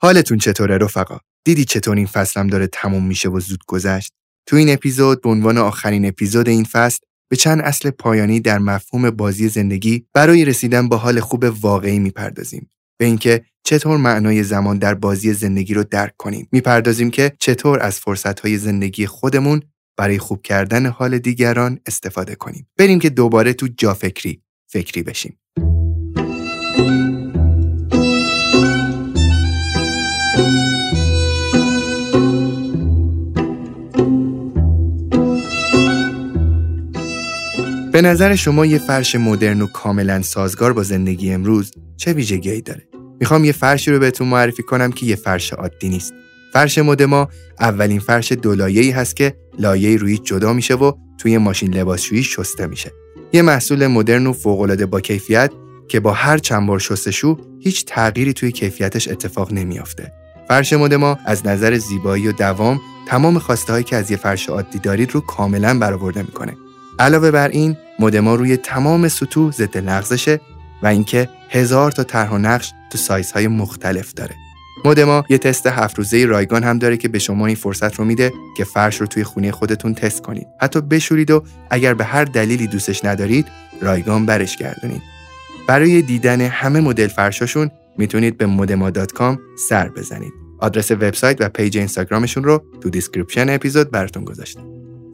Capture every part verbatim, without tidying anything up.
حالتون چطوره رفقا؟ دیدی چطور این فصلم داره تموم میشه و زود گذشت؟ تو این اپیزود به عنوان آخرین اپیزود این فصل به چند اصل پایانی در مفهوم بازی زندگی برای رسیدن به حال خوب واقعی میپردازیم. به اینکه چطور معنای زمان در بازی زندگی رو درک کنیم. میپردازیم که چطور از فرصت‌های زندگی خودمون برای خوب کردن حال دیگران استفاده کنیم. بریم که دوباره تو جا فکری فکری بشیم. به نظر شما یه فرش مدرن و کاملا سازگار با زندگی امروز چه ویژگی‌ای داره؟ میخوام یه فرشی رو بهتون معرفی کنم که یه فرش عادی نیست. فرش مدما اولین فرش دو لایه‌ای هست که لایه روی جدا میشه و توی ماشین لباسشویی شسته میشه. یه محصول مدرن و فوق‌العاده با کیفیت که با هر چند بار شستشو هیچ تغییری توی کیفیتش اتفاق نمیافته. فرش مدما از نظر زیبایی و دوام تمام خواسته‌هایی که از یه فرش عادی دارید رو کاملا برآورده میکنه. علاوه بر این مدما روی تمام سطوح ضد لغزشه و اینکه هزار تا طرح و نقش تو سایزهای مختلف داره. مدما یه تست هفت روزه رایگان هم داره که به شما این فرصت رو میده که فرش رو توی خونه خودتون تست کنید. حتی بشورید و اگر به هر دلیلی دوستش ندارید رایگان برش گردونید. برای دیدن همه مدل فرشاشون میتونید به مدما دات کام سر بزنید. آدرس وبسایت و پیج اینستاگرامشون رو تو دیسکریپشن اپیزود براتون گذاشتم.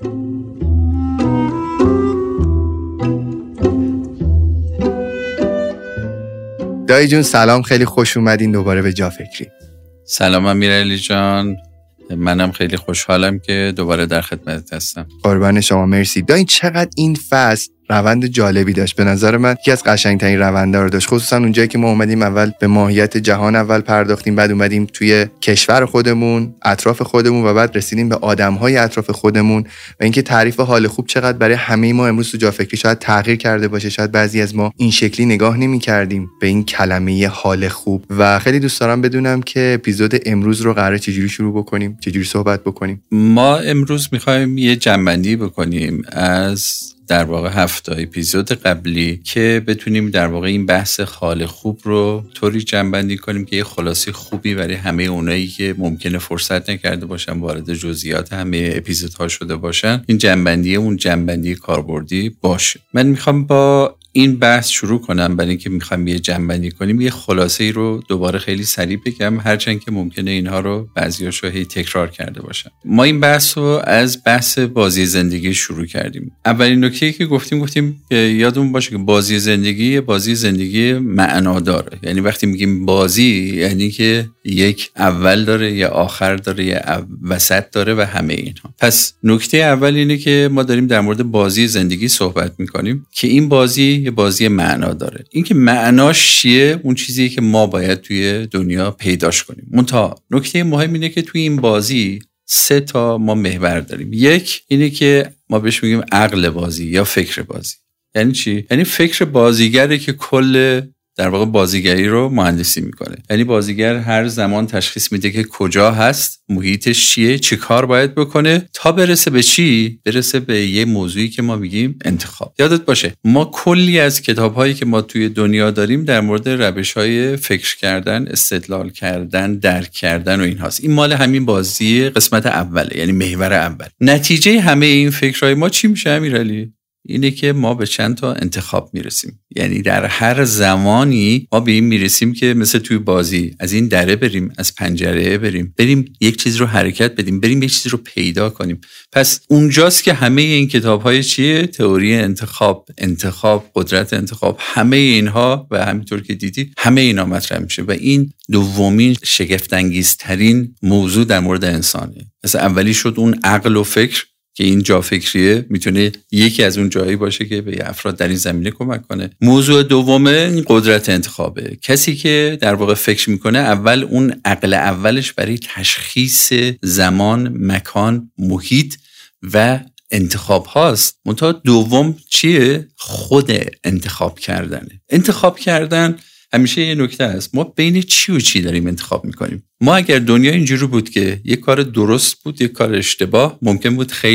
دایی جون سلام، خیلی خوش اومدین دوباره به جا فکری. سلام امیرعلی جان، منم خیلی خوشحالم که دوباره در خدمت هستم. قربان شما، مرسی. دایی چقدر این فصل روند جالبی داشت. به نظر من یکی از قشنگترین روندا رو داشت، خصوصا اونجایی که ما اومدیم اول به ماهیت جهان اول پرداختیم، بعد اومدیم توی کشور خودمون، اطراف خودمون و بعد رسیدیم به آدم‌های اطراف خودمون و اینکه تعریف حال خوب چقدر برای همه ما امروز تو جا فکری شاید تغییر کرده باشه. شاید بعضی از ما این شکلی نگاه نمی‌کردیم به این کلمه حال خوب و خیلی دوست دارم بدونم که اپیزود امروز رو قراره چجوری شروع بکنیم، چجوری صحبت بکنیم. ما امروز می‌خوایم یه جمع‌بندی بکنیم از در واقع هفت اپیزود قبلی که بتونیم در واقع این بحث حال خوب رو طوری جمع‌بندی کنیم که یه خلاصه خوبی برای همه اونایی که ممکنه فرصت نکرده باشن وارد جزئیات همه اپیزودها شده باشن، این جمع‌بندی اون جمع‌بندی کاربردی باشه. من میخوام با این بحث شروع کنم، برای اینکه میخوام یه جمع‌بندی کنیم، یه خلاصه ای رو دوباره خیلی سریع بگم، هرچند که ممکنه اینها رو بعضیاشو هی تکرار کرده باشن. ما این بحث رو از بحث بازی زندگی شروع کردیم. اولین نکته که گفتیم گفتیم یادمون باشه که بازی زندگی بازی زندگی معنا داره. یعنی وقتی میگیم بازی یعنی که یک اول داره، یا آخر داره، یا وسط داره و همه اینها. پس نکته اول اینه که ما داریم در مورد بازی زندگی صحبت میکنیم که این بازی یه بازی معنا داره. این که معناش چیه، اون چیزیه که ما باید توی دنیا پیداش کنیم. منتها نکته مهم اینه که توی این بازی سه تا ما محور داریم. یک اینه که ما بهش میگیم عقل بازی یا فکر بازی. یعنی چی؟ یعنی فکر بازیگره که کل در واقع بازیگری رو مهندسی میکنه. یعنی بازیگر هر زمان تشخیص میده که کجا هست، محیطش چیه، چه کار باید بکنه تا برسه به چی؟ برسه به یه موضوعی که ما میگیم انتخاب. یادت باشه ما کلی از کتاب‌هایی که ما توی دنیا داریم در مورد روش‌های فکر کردن، استدلال کردن، درک کردن و این هاست. این مال همین بازی قسمت اوله، یعنی محور اول. نتیجه همه این فکرهای ما چی میشه امیرعلی؟ اینه که ما به چند تا انتخاب میرسیم. یعنی در هر زمانی ما به این میرسیم که مثل توی بازی از این دره بریم، از پنجره بریم، بریم یک چیز رو حرکت بدیم، بریم یک چیز رو پیدا کنیم. پس اونجاست که همه این کتاب‌های چیه؟ تئوری انتخاب، انتخاب، قدرت انتخاب، همه اینها و همینطور که دیدی همه اینا مطرح میشه و این دومین شگفت انگیزترین موضوع در مورد انسانه. مثلا اولی شد اون عقل و فکر که این جا فکریه، میتونه یکی از اون جایی باشه که به افراد در این زمینه کمک کنه. موضوع دومه قدرت انتخابه. کسی که در واقع فکر میکنه اول اون عقل اولش برای تشخیص زمان، مکان، محیط و انتخاب هاست. منتها دوم چیه؟ خود انتخاب کردنه. انتخاب کردن همیشه یه نکته هست، ما بین چی و چی داریم انتخاب میکنیم. ما اگر دنیا اینجوری بود که یک کار درست بود یک کار اشتباه، ممکن بود خیلی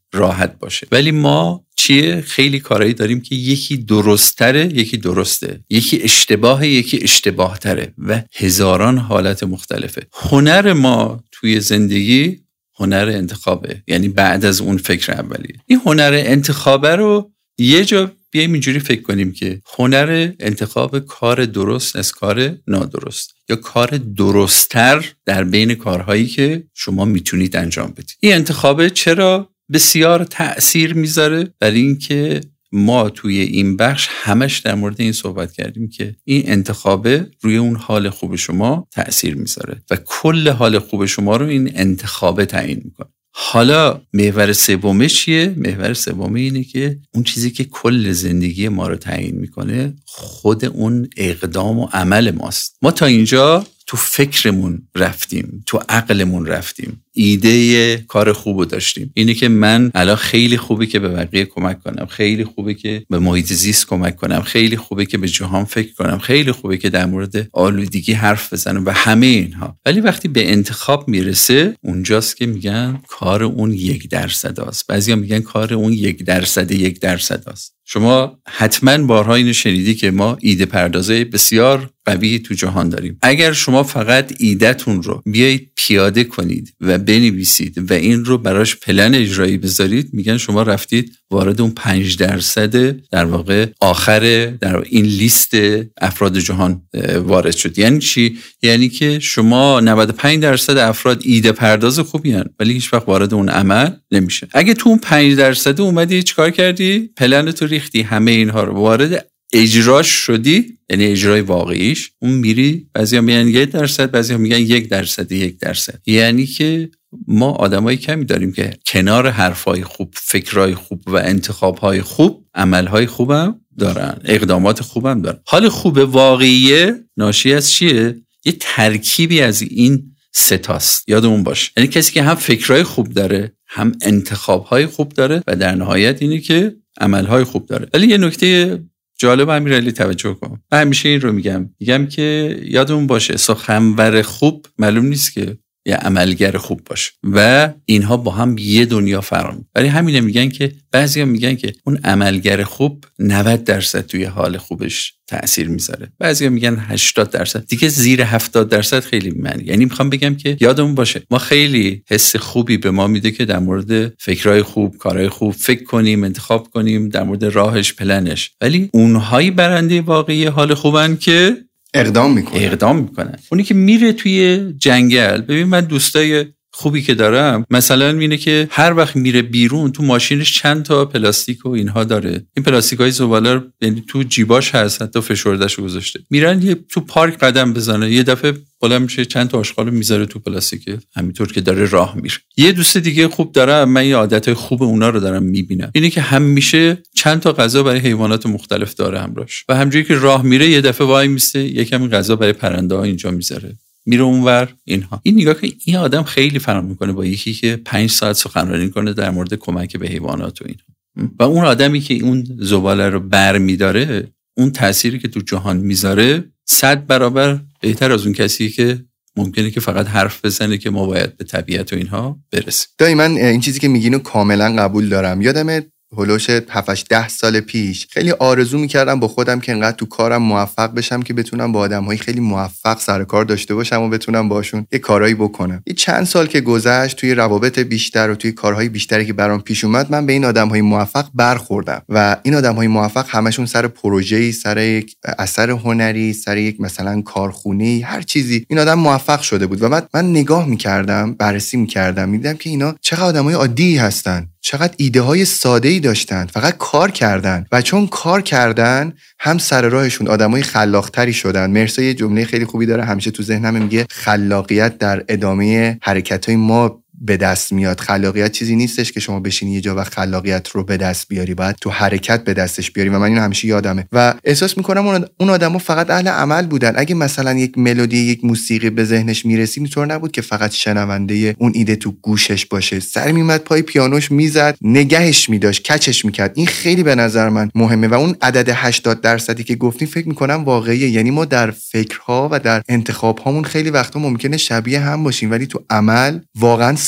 راحت باشه. ولی ما چیه؟ خیلی کارهایی داریم که یکی درست‌تره، یکی درسته، یکی اشتباهه، یکی اشتباه تره و هزاران حالت مختلفه. هنر ما توی زندگی هنر انتخابه، یعنی بعد از اون فکر اولیه. این هنر انتخابه رو یه جا بیاییم اینجوری فکر کنیم که هنر انتخاب کار درست از کار نادرست یا کار درست‌تر در بین کارهایی که شما میتونید انجام بدید. این انتخابه چرا بسیار تأثیر میذاره؟ برای اینکه ما توی این بخش همش در مورد این صحبت کردیم که این انتخابه روی اون حال خوب شما تأثیر میذاره و کل حال خوب شما رو این انتخابه تعیین میکنه. حالا محور سومه چیه؟ محور سومه اینه که اون چیزی که کل زندگی ما رو تعیین میکنه خود اون اقدام و عمل ماست. ما تا اینجا تو فکرمون رفتیم، تو عقلمون رفتیم، ایده کار خوبو داشتیم، اینه که من الان خیلی خوبه که به بقیه کمک کنم، خیلی خوبه که به محیط زیست کمک کنم، خیلی خوبه که به جهان فکر کنم، خیلی خوبه که در مورد آلودگی حرف بزنم و همه اینها. ولی وقتی به انتخاب میرسه اونجاست که میگن کار اون یک درصد است. بعضیا میگن کار اون یک درصد یک درصد است. شما حتما بارها اینو شنیدی که ما ایده پردازه بسیار قوی تو جهان داریم. اگر شما فقط ایده‌تون رو بیایید پیاده کنید و بنویسید و این رو براش پلن اجرایی بذارید، میگن شما رفتید وارد اون پنج درصد در واقع آخر در این لیست افراد جهان وارد شد. یعنی چی؟ یعنی که شما نود و پنج درصد افراد ایده پرداز خوبی هن ولی هیچ وقت وارد اون عمل نمیشه. اگه تو اون پنج درصد اومدی چیکار کردی؟ پلن تو ریختی، همه اینها رو وارد اجراش شدی، یعنی اجرای واقعیش، اون میری بعضیا میگن یک درصد، بعضیا میگن یک درصد یک درصد. یعنی که ما آدمای کمی داریم که کنار حرفای خوب، فکرای خوب و انتخابهای خوب، عملهای خوبم دارن، اقدامات خوبم دارن. حال خوب واقعیه ناشی از چیه؟ یه ترکیبی از این ستاست. یادمون باش، یعنی کسی که هم فکرای خوب داره، هم انتخابهای خوب داره و در نهایت اینه که عملهای خوب داره. ولی یه نکته جالب امیرعلی توجه کن. من همیشه این رو میگم میگم که یادمون باشه سخنور خوب معلوم نیست که یه عملگر خوب باشه و اینها با هم یه دنیا فرق میکنه. برای همین میگن که بعضیا میگن که اون عملگر خوب نود درصد توی حال خوبش تأثیر میذاره، بعضیا میگن هشتاد درصد، دیگه زیر هفتاد درصد خیلی معنی. یعنی میخوام بگم که یادمون باشه ما خیلی حس خوبی به ما میده که در مورد فکرای خوب، کارهای خوب فکر کنیم، انتخاب کنیم، در مورد راهش، پلنش، ولی اونهایی برنده واقعی حال خوبن که اقدام میکنن. اقدام میکنن. اونی که میره توی جنگل، ببین من دوستای خوبی که دارم مثلا اینه که هر وقت میره بیرون تو ماشینش چند تا پلاستیک و اینها داره. این پلاستیکای زباله رو یعنی تو جیباش هست، حتی فشردهشو گذاشته. میرن یه تو پارک قدم بزنه، یه دفعه بالا میشه چند تا آشغالو میذاره تو پلاستیک، همینطور که داره راه میره. یه دوست دیگه خوب دارم، من یه عادتای خوب اونا رو دارم میبینم، اینه که همیشه چند تا غذا برای حیوانات مختلف داره همراهش و همونجوری که راه میره یه دفعه وای میسته یه کمی غذا برای پرنده‌ها اینجا میذاره، میره اونور. اینها این نگاه که این آدم خیلی فرق میکنه با یکی که پنج ساعت سخنرانی کنه در مورد کمک به حیوانات و اینها. و اون آدمی که اون زباله رو برمی‌داره، اون تأثیری که تو جهان میذاره صد برابر بهتر از اون کسی که ممکنه که فقط حرف بزنه که ما باید به طبیعت و اینها برسیم. دایما این چیزی که میگینو کاملا قبول دارم. یادمه هلوش هفت ده سال پیش خیلی آرزو میکردم با خودم که انقدر تو کارم موفق بشم که بتونم با آدم‌های خیلی موفق سر کار داشته باشم و بتونم باشون یه کارایی بکنم. یه چند سال که گذشت توی روابط بیشتر و توی کارهای بیشتری که برام پیش اومد، من به این آدم‌های موفق برخوردم و این آدم‌های موفق همشون سر پروژه‌ای، سر یک اثر هنری، سر یک مثلا کارخونه‌ای، هر چیزی این آدم موفق شده بود و بعد من نگاه میکردم، بررسی میکردم، میدیدم که اینا چقدر آدم‌های عادی هستن، چقدر ایده های ساده‌ای داشتن، فقط کار کردن و چون کار کردن هم سر راهشون آدمای خلاق‌تری شدن. مرسا یه جمله خیلی خوبی داره، همیشه تو ذهنم میگه خلاقیت در ادامه حرکت‌های ما به دست میاد. خلاقیت چیزی نیستش که شما بشینی یه جا و خلاقیت رو به دست بیاری، باید تو حرکت به دستش بیاری و من اینو همیشه یادمه و احساس میکنم اون آدما فقط اهل عمل بودن. اگه مثلا یک ملودی، یک موسیقی به ذهنش میرسید، اینطور نبود که فقط شنونده اون ایده تو گوشش باشه، سر میمد پای پیانوش میزد، نگهش میداشت، کچش میکرد. این خیلی به نظر من مهمه و اون عدد هشتاد درصدی که گفتین فکر میکنم واقعیه. یعنی ما در فکرها و در انتخابهامون خیلی وقتا ممکنه شبیه هم باشیم ولی تو عمل واقعا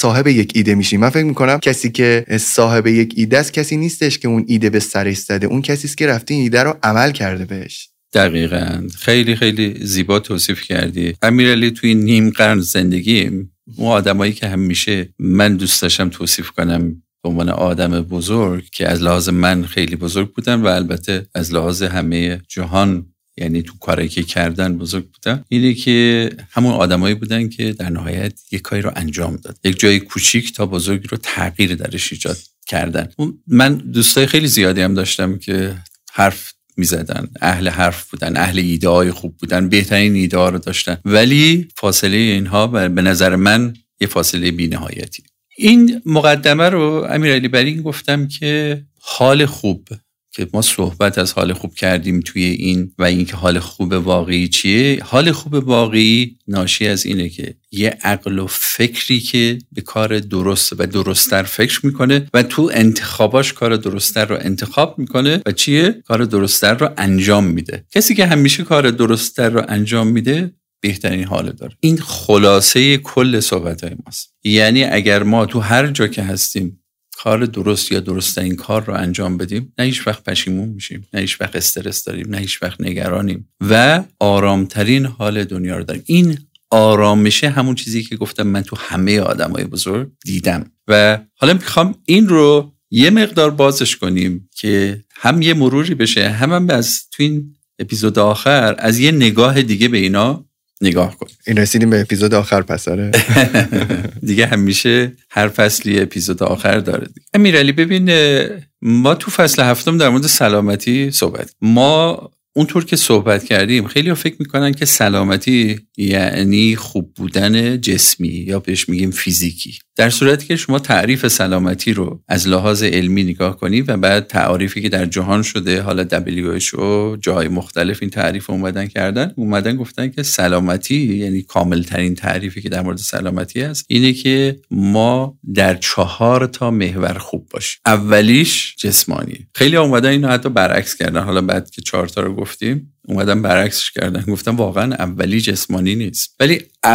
صاحب یک ایده میشیم. من فکر میکنم کسی که صاحب یک ایده است کسی نیستش که اون ایده به سرش زده، اون کسی است که رفته این ایده رو عمل کرده بهش. دقیقاً، خیلی خیلی زیبا توصیف کردی امیرعلی. توی نیم قرن زندگیم اون آدمایی که همیشه من دوست داشتم توصیف کنم به عنوان آدم بزرگ که از لحاظ من خیلی بزرگ بودن و البته از لحاظ همه جهان، یعنی تو کاری که کردن بزرگ بودن، اینه که همون آدمایی بودن که در نهایت یک کاری رو انجام داد، یک جای کوچیک تا بزرگی رو تغییر درش ایجاد کردن. من دوستای خیلی زیادی هم داشتم که حرف میزدن، اهل حرف بودن، اهل ایده های خوب بودن، بهترین ایده ها رو داشتن، ولی فاصله اینها به نظر من یه فاصله بی‌نهایتی. این مقدمه رو امیرعلی برای این گفتم که حال خوب که ما صحبت از حال خوب کردیم توی این و اینکه حال خوب واقعی چیه. حال خوب واقعی ناشی از اینه که یه عقل و فکری که به کار درست و درست‌تر فکر میکنه و تو انتخاباش کار درست‌تر رو انتخاب میکنه و چیه؟ کار درست‌تر رو انجام میده. کسی که همیشه کار درست‌تر رو انجام میده بهترین حال داره. این خلاصه کل صحبت‌های ماست. یعنی اگر ما تو هر جا که هستیم کار درست یا درست‌ترین کار رو انجام بدیم، نه هیچ وقت پشیمون میشیم، نه هیچ وقت استرس داریم، نه هیچ وقت نگرانیم و آرامترین حال دنیا رو داریم. این آرامشه همون چیزی که گفتم من تو همه آدمای بزرگ دیدم و حالا میخوام این رو یه مقدار بازش کنیم که هم یه مروری بشه، هم هم از تو این اپیزود آخر از یه نگاه دیگه به اینا نگاه کن. این رسیدیم به اپیزود آخر پس آره. دیگه همیشه هر فصلی اپیزود آخر داره. امیرعلی ببین، ما تو فصل هفتم در مورد سلامتی صحبت، ما اونطور که صحبت کردیم خیلی ها فکر میکنن که سلامتی یعنی خوب بودن جسمی یا بهش میگیم فیزیکی، در صورتی که شما تعریف سلامتی رو از لحاظ علمی نگاه کنی و بعد تعریفی که در جهان شده، حالا دبلیو اچ او جای مختلف این تعریف اومدن کردن اومدن گفتن که سلامتی یعنی کامل ترین تعریفی که در مورد سلامتی هست اینه که ما در چهار تا محور خوب باشیم. اولیش جسمانی. خیلی ها اومدن اینو حتی برعکس کردن، حالا بعد که چهار تا رو گفتیم اومدن برعکسش کردن، گفتن واقعا اولی جسمانی نیست، ولی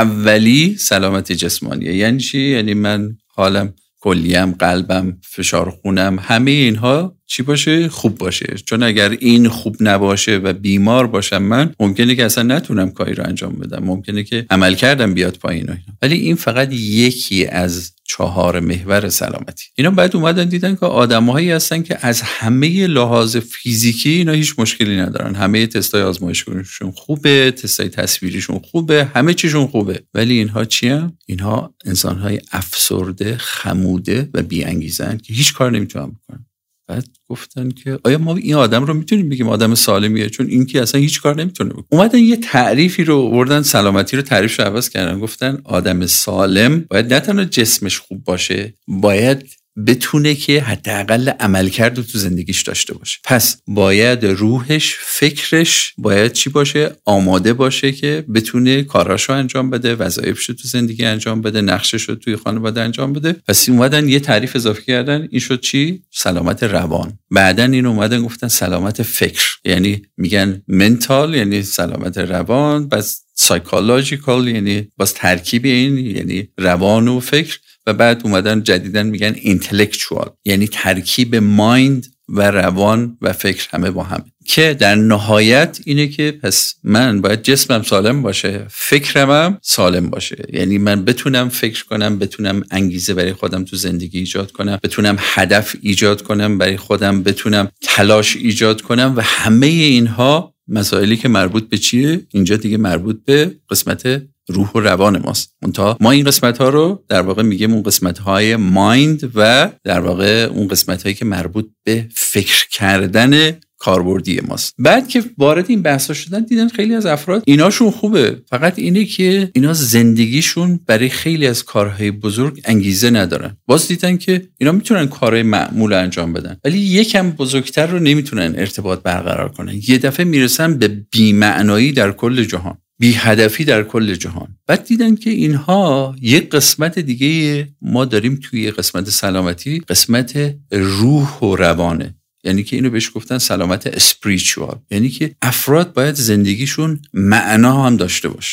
اولی سلامت جسمانیه. یعنی چی؟ یعنی من حالم، کلیم، قلبم، فشار خونم، همه اینها چی باشه؟ خوب باشه. چون اگر این خوب نباشه و بیمار باشم من، ممکنه که اصلا نتونم کاری رو انجام بدم، ممکنه که عمل کردم بیاد پایین. ولی این فقط یکی از چهار محور سلامتی. اینا بعد اومدن دیدن که آدم‌هایی هستن که از همه لحاظ فیزیکی اینا هیچ مشکلی ندارن، همه تستای آزمایشگاهیشون خوبه، تستای تصویریشون خوبه، همه چیشون خوبه، ولی اینها چی هم؟ اینها انسان‌های افسرده، خموده و بی‌انگیزه‌اند که هیچ کار نمیتونن بکنن. بعد گفتن که آیا ما این آدم رو میتونیم بگیم آدم سالمیه؟ چون این که اصلا هیچ کار نمیتونه بکنه. اومدن یه تعریفی رو آوردن، سلامتی رو تعریفش رو عوض کردن، گفتن آدم سالم باید نه تنها جسمش خوب باشه، باید بتونه که حداقل عملکرد رو تو زندگیش داشته باشه. پس باید روحش، فکرش باید چی باشه؟ آماده باشه که بتونه کاراشو انجام بده، وظایفشو تو زندگی انجام بده، نقششو توی خانواده انجام بده. پس اومدن یه تعریف اضافه کردن، این شد چی؟ سلامت روان. بعدن این اومدن گفتن سلامت فکر، یعنی میگن منتال یعنی سلامت روان، بس سایکولوژیکال یعنی باز ترکیب این یعنی روان و فکر، و بعد اومدن جدیدن میگن اینتלקچوال یعنی ترکیب مایند و روان و فکر همه با هم، که در نهایت اینه که پس من باید جسمم سالم باشه، فکرم هم سالم باشه، یعنی من بتونم فکر کنم، بتونم انگیزه برای خودم تو زندگی ایجاد کنم، بتونم هدف ایجاد کنم برای خودم، بتونم تلاش ایجاد کنم و همه اینها مسائلی که مربوط به چیه؟ اینجا دیگه مربوط به قسمت روح و روان ماست. منتها ما این قسمت ها رو در واقع میگیم اون قسمت های مایند و در واقع اون قسمت هایی که مربوط به فکر کردن کاربردی ماست. بعد که وارد این بحثا شدن دیدن خیلی از افراد ایناشون خوبه، فقط اینه که اینا زندگیشون برای خیلی از کارهای بزرگ انگیزه ندارن. باز دیدن که اینا میتونن کارهای معمول انجام بدن ولی یکم بزرگتر رو نمیتونن ارتباط برقرار کنن. یه دفعه میرسن به بی‌معنایی در کل جهان، بی هدفی در کل جهان. بعد دیدن که اینها یک قسمت دیگه ما داریم توی قسمت سلامتی، قسمت روح و روانه، یعنی که اینو بهش گفتن سلامت اسپریچوال، یعنی که افراد باید زندگیشون معنا هم داشته باشه.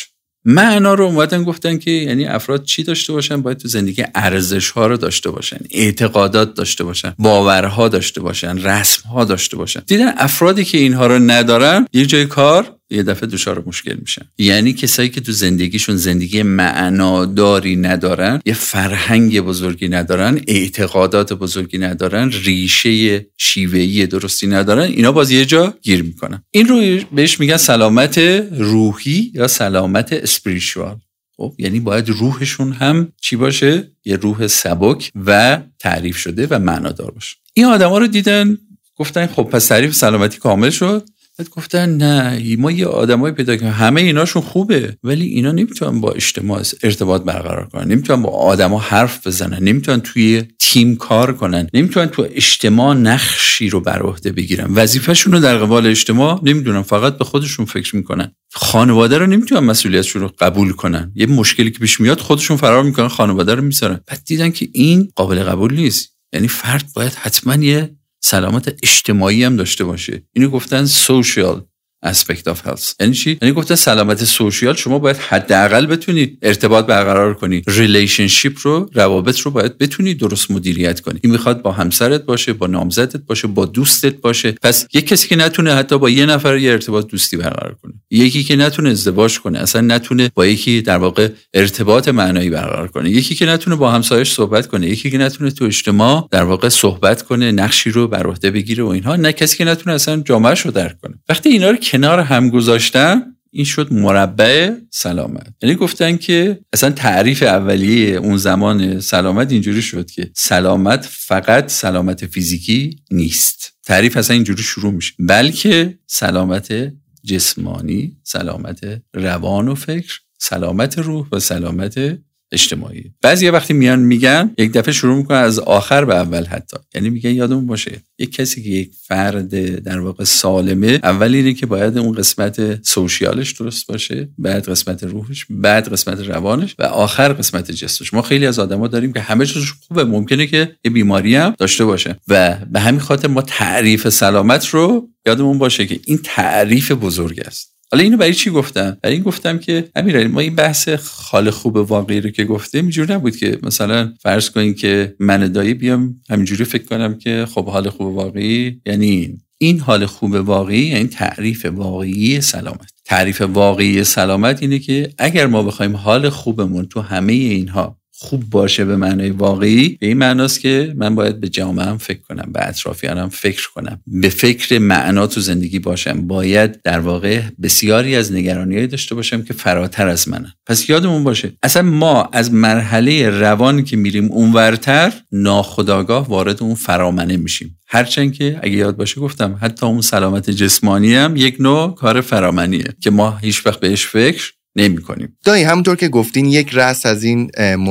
معنا رو اومدن گفتن که یعنی افراد چی داشته باشن؟ باید تو زندگی ارزش‌ها رو داشته باشن، اعتقادات داشته باشن، باورها داشته باشن، رسم‌ها داشته باشن. دیدن افرادی که اینها رو ندارن یه جای کار یه دفعه دچار مشکل میشن. یعنی کسایی که تو زندگیشون زندگی معناداری ندارن، یه فرهنگ بزرگی ندارن، اعتقادات بزرگی ندارن، ریشه شیوهی درستی ندارن، اینا باز یه جا گیر میکنن. این رو بهش میگن سلامت روحی یا سلامت اسپریچوال. خب یعنی باید روحشون هم چی باشه؟ یه روح سبک و تعریف شده و معنادار باشه. این آدما رو دیدن گفتن خب پس تعریف سلامتی کامل شد. بعد گفتن نه، ما یه آدمایی پیدا کنیم همه ایناشون خوبه ولی اینا نمیتونن با اجتماع ارتباط برقرار کنن، نمیتونن با آدما حرف بزنن، نمیتونن توی تیم کار کنن، نمیتونن تو اجتماع نقشی رو بر عهده بگیرن، وظیفه‌شون رو در قبال اجتماع نمیدونن، فقط به خودشون فکر میکنن. خانواده رو نمیتونن مسئولیتشون رو قبول کنن، یه مشکلی که پیش میاد خودشون فرار میکنن، خانواده رو میذارن. بعد دیدن که این قابل قبول نیست. یعنی فرد باید حتما یه سلامت اجتماعی هم داشته باشه. اینو گفتن social aspect of health. یعنی چی؟ یعنی گفتن سلامت سوشیال شما باید حداقل بتونی ارتباط برقرار کنی، ریلیشنشیپ رو، روابط رو باید بتونی درست مدیریت کنی. این میخواد با همسرت باشه، با نامزدت باشه، با دوستت باشه. پس یک کسی که نتونه حتی با یه نفر یه ارتباط دوستی برقرار کنه، یکی که نتونه ازدواج کنه، اصلا نتونه با یکی در واقع ارتباط معنایی برقرار کنه، یکی که نتونه با همسایه‌اش صحبت کنه، یکی که نتونه تو اجتماع در واقع صحبت کنه، نقشی رو بر عهده بگیره و اینها، نه کسی که نتونه اصلا جامعه‌اش رو درک کنه. وقتی اینا رو کنار هم گذاشتن این شد مربع سلامت. یعنی گفتن که اصلا تعریف اولیه اون زمان سلامت اینجوری شد که سلامت فقط سلامت فیزیکی نیست. تعریف اصلا اینجوری شروع میشه، بلکه سلامت جسمانی، سلامت روان و فکر، سلامت روح و سلامت اجتماعی. بعضی وقتی میان میگن یک دفعه شروع میکنن از آخر به اول، حتی یعنی میگن یادمون باشه یک کسی که یک فرد در واقع سالمه، اول اینه که باید اون قسمت سوشیالش درست باشه، بعد قسمت روحش، بعد قسمت روانش و آخر قسمت جسمش. ما خیلی از آدما داریم که همه چیزش خوبه، ممکنه که یه بیماری هم داشته باشه و به همین خاطر ما تعریف سلامت رو یادمون باشه که این تعریف بزرگ است. حالا اینو برای چی گفتم؟ برای این گفتم که امیرعلی ما این بحث حال خوب واقعی رو که گفتیم اینجوری نبود که مثلا فرض کنین که من دایی بیام همینجوری فکر کنم که خب حال خوب واقعی یعنی این این حال خوب واقعی یعنی تعریف واقعی سلامت. تعریف واقعی سلامت اینه که اگر ما بخوایم حال خوبمون تو همه اینها خوب باشه به معنای واقعی، به این معناست که من باید به جامعه‌ام فکر کنم، به اطرافیانم فکر کنم، به فکر معنا تو زندگی باشم، باید در واقع بسیاری از نگرانی‌های داشته باشم که فراتر از منه. پس یادمون باشه اصلا ما از مرحله روان که میریم اونورتر ناخودآگاه وارد اون فرامنه میشیم، هرچند که اگه یاد باشه گفتم حتی اون سلامت جسمانی هم یک نوع کار فرامنیه که ما هیچ وقت بهش فکر نمی کنیم. دایی همونطور که گفتین یک رأس از این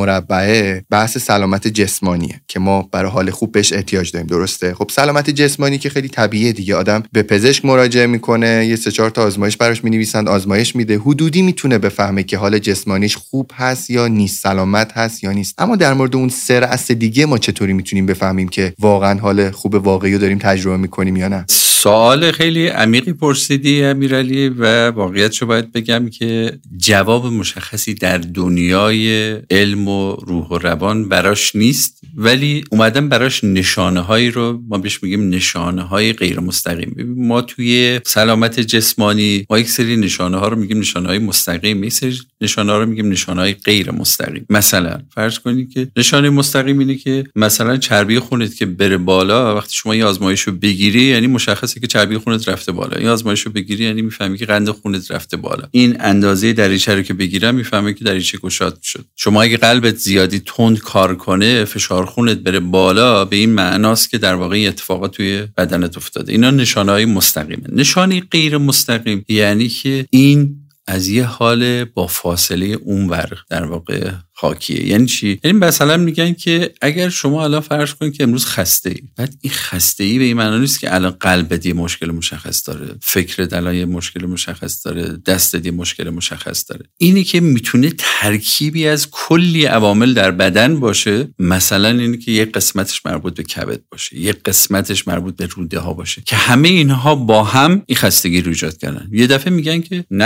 مربعه بحث سلامت جسمانیه که ما برای حال خوب بهش احتیاج داریم، درسته؟ خب سلامت جسمانی که خیلی طبیعیه دیگه، آدم به پزشک مراجعه میکنه، یه سه چهار تا آزمایش براش مینویسن، آزمایش میده، حدودی میتونه بفهمه که حال جسمانیش خوب هست یا نیست، سلامت هست یا نیست. اما در مورد اون سه رأس دیگه ما چطوری میتونیم بفهمیم که واقعا حال خوب واقعی رو داریم تجربه میکنیم یا نه؟ سوال خیلی عمیقی پرسیدی امیرعلی و واقعیتشو باید بگم که جواب مشخصی در دنیای علم و روح و روان براش نیست، ولی اومدن براش نشانه هایی رو ما بهش میگیم نشانه های غیر مستقیم. ما توی سلامت جسمانی ما یک سری نشانه ها رو میگیم نشانه های مستقیم، یک سری نشانه ها رو میگیم نشانه های غیر مستقیم. مثلا فرض کنید که نشانه مستقیم اینه که مثلا چربی خونت که بره بالا، وقتی شما یه آزمایشو بگیری یعنی مشخصه که چربی خونت رفته بالا. این آزمایشو بگیری یعنی میفهمی که قند خونت رفته بالا. این اندازه دریچه رو که بگیرم میفهمی که دریچه گشاد شد. شما اگه قلبت زیادی تند کار کنه، فشار خونت بره بالا، به این معناست که در واقع اتفاقات توی بدنت افتاده. اینا نشانه‌های مستقیمه. نشانه غیر مستقیم یعنی که این از یه حال با فاصله اونور در واقع حاکیه. یعنی چی؟ یعنی مثلا میگن که اگر شما الان فرض کنید که امروز خسته ای، بعد این خسته ای به این معنی نیست که الان قلبت یه مشکل مشخص داره، فکرت الان یه مشکل مشخص داره، دستت یه مشکل مشخص داره. اینی که میتونه ترکیبی از کلی عوامل در بدن باشه. مثلا اینی که یه قسمتش مربوط به کبد باشه، یه قسمتش مربوط به روده ها باشه، که همه اینها با هم این خستگی رو ایجاد کردن. یه دفعه میگن که نکنه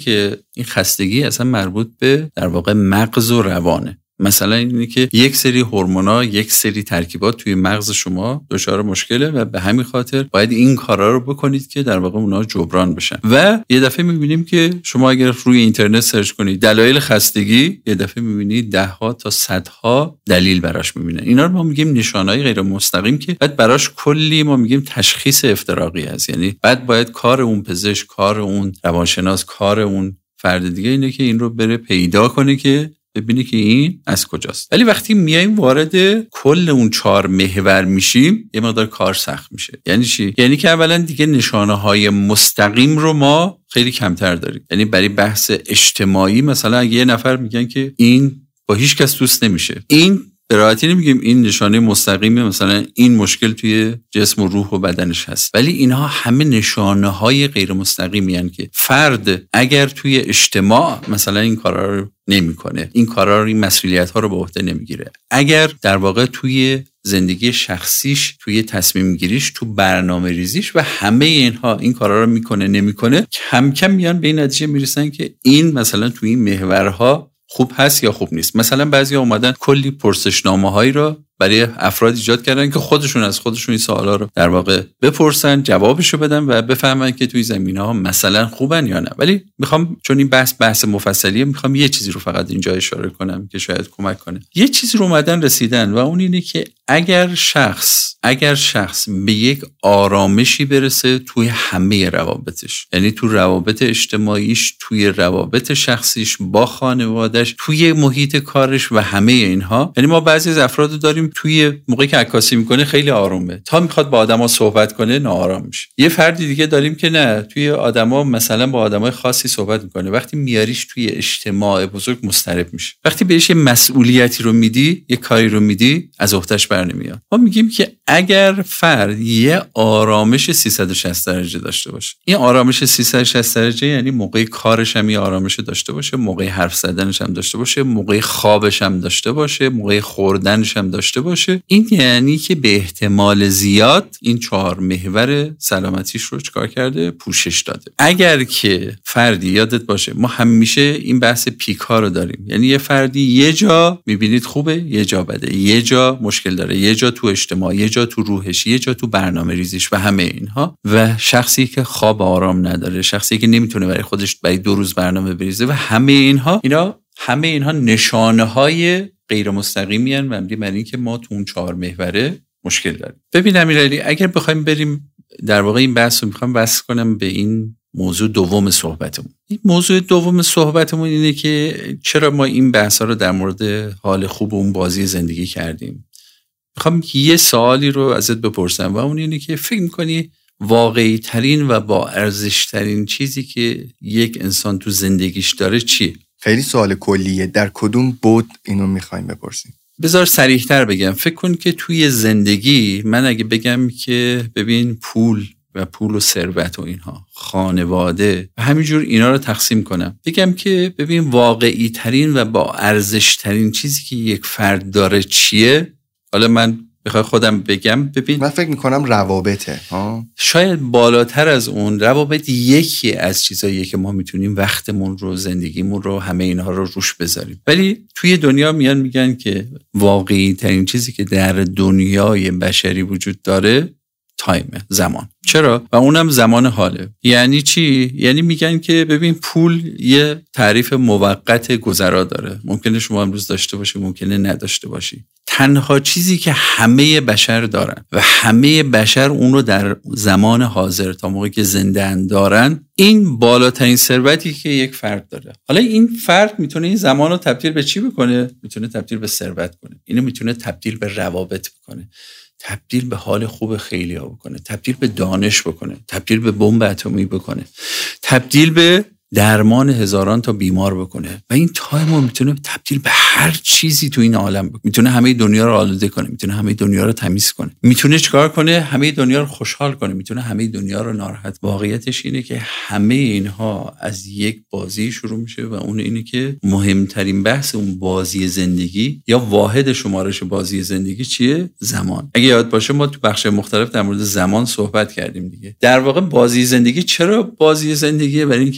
که این خستگی اصلا مربوط به در واقع مغز و روانه. مثلا اینه که یک سری هورمونا، یک سری ترکیبات توی مغز شما دچار مشکله و به همین خاطر باید این کارا رو بکنید که در واقع اونها جبران بشن. و یه دفعه می‌بینیم که شما اگر روی اینترنت سرچ کنید دلایل خستگی، یه دفعه می‌بینید ده ها تا صدها دلیل براش می‌بینن. اینا رو ما میگیم نشانه‌های غیر مستقیم که بعد براش کلی ما میگیم تشخیص افتراقی هست. یعنی بعد باید کار اون پزشک، کار اون روانشناس، کار اون فرد دیگه اینه که این رو بره پیدا کنه که ببینی که این از کجاست. ولی وقتی میایم وارد کل اون چهار محور میشیم یه مقدار کار سخت میشه. یعنی چی؟ یعنی که اولا دیگه نشانه‌های مستقیم رو ما خیلی کمتر داریم. یعنی برای بحث اجتماعی مثلا اگه یه نفر میگن که این با هیچ کس دوست نمیشه، این به راحتی نمیگیم این نشانه مستقیمه مثلا این مشکل توی جسم و روح و بدنش هست. ولی اینها همه نشانه های غیر مستقیمی هستند که فرد اگر توی اجتماع مثلا این کارا رو نمیکنه، این کارا رو، این مسئولیت ها رو به عهده نمیگیره، اگر در واقع توی زندگی شخصیش، توی تصمیم گیریش، تو برنامه ریزیش و همه اینها این کارا رو میکنه نمیکنه، کم کم میان به این نتیجه میرسن که این مثلا توی این محورها خوب هست یا خوب نیست. مثلا بعضیا اومدن کلی پرسشنامه‌هایی رو برای افراد ایجاد کردن که خودشون از خودشون این سوالا رو در واقع بپرسن، جوابشو بدن و بفهمن که توی زمینه‌ها مثلا خوبن یا نه. ولی میخوام چون این بحث بحث مفصلیه، میخوام یه چیزی رو فقط اینجا اشاره کنم که شاید کمک کنه. یه چیزی رو اومدن رسیدن و اون اینه که اگر شخص اگر شخص به یک آرامشی برسه توی همه روابطش، یعنی تو روابط اجتماعیش، توی روابط شخصیش، با خانواده‌اش، توی محیط کارش و همه اینها، یعنی ما بعضی از افراد داریم توی موقعی که عکاسی میکنه خیلی آرومه، تا میخواد با آدما صحبت کنه ناآرام میشه. یه فردی دیگه داریم که نه، توی آدما مثلا با آدمای خاصی صحبت میکنه، وقتی میاریش توی اجتماع بزرگ مضطرب میشه. وقتی بهش یه مسئولیتی رو میدی، یه کاری رو میدی، از عهده‌اش برنمیاد. ما میگیم که اگر فرد یه آرامش سیصد و شصت درجه داشته باشه، این آرامش سیصد و شصت درجه یعنی موقع کارش هم یه آرامش داشته باشه، موقع حرف زدنش هم داشته باشه، موقع خوابش هم داشته باشه، موقع خوردنش هم داشته باشه، این یعنی که به احتمال زیاد این چهار محور سلامتیش رو چکار کرده؟ پوشش داده. اگر که فردی، یادت باشه ما همیشه این بحث پیک ها رو داریم، یعنی یه فردی یه جا میبینید خوبه، یه جا بده، یه جا مشکل داره، یه جا تو اجتماع، یه جا تو روحش، یه جا تو برنامه ریزیش و همه اینها، و شخصی که خواب آرام نداره، شخصی که نمیتونه برای خودش برای دو روز برنامه بریزه و همه اینها اینا همه اینها نشانه های غیر مستقیمی هستند و مبنی بر این که ما تو اون چهار محوره مشکل داریم. ببین امیرعلی، اگر بخوایم بریم در واقع این بحث رو میخوام وصل کنم به این موضوع دوم صحبتمون. این موضوع دوم صحبتمون اینه که چرا ما این بحثا رو در مورد حال خوب اون بازی زندگی کردیم. میخوام یه سوالی رو ازت بپرسم و اون اینه که فکر میکنی واقعی ترین و با ارزش ترین چیزی که یک انسان تو زندگیش داره چیه؟ خیلی سوال کلیه، در کدوم بود اینو میخوایم بپرسیم؟ بذار صریح‌تر بگم. فکر کن که توی زندگی من اگه بگم که ببین پول و پول و ثروت و اینها، خانواده و همینجور اینا رو تقسیم کنم، بگم که ببین واقعی ترین و با ارزش ترین چیزی که یک فرد داره چیه؟ حالا من بخوای خودم بگم، ببین من فکر میکنم روابطه. ها شاید بالاتر از اون. روابط یکی از چیزاییه که ما میتونیم وقتمون رو، زندگیمون رو، همه اینها رو روش بذاریم. ولی توی دنیا میان میگن که واقعی ترین چیزی که در دنیای بشری وجود داره تایمه، زمان. چرا؟ و اونم زمان حاله. یعنی چی؟ یعنی میگن که ببین پول یه تعریف موقت گذرا داره، ممکنه شما امروز داشته باشی، ممکنه نداشته باشی. تنها چیزی که همه بشر دارن و همه بشر اون رو در زمان حاضر تا موقعی که زنده‌اند دارن، این بالاترین ثروتی که یک فرد داره. حالا این فرد میتونه این زمان رو تبدیل به چی بکنه؟ میتونه تبدیل به ثروت کنه. اینو میتونه تبدیل به روابط بکنه، تبدیل به حال خوب خیلی ها بکنه، تبدیل به دانش بکنه، تبدیل به بمب اتمی بکنه، تبدیل به درمان هزاران تا بیمار بکنه. و این تایم رو میتونه تبدیل به هر چیزی تو این عالم بکنه. میتونه همه دنیا رو آلوده کنه، میتونه همه دنیا رو تمیز کنه، میتونه چیکار کنه؟ همه دنیا رو خوشحال کنه، میتونه همه دنیا رو ناراحت. واقعیتش اینه که همه اینها از یک بازی شروع میشه و اون اینه که مهمترین بحث اون بازی زندگی یا واحد شمارش بازی زندگی چیه؟ زمان. اگه یاد باشه ما تو بخش مختلف در مورد زمان صحبت کردیم دیگه. در واقع بازی زندگی چرا بازی زندگیه؟ برای اینکه یه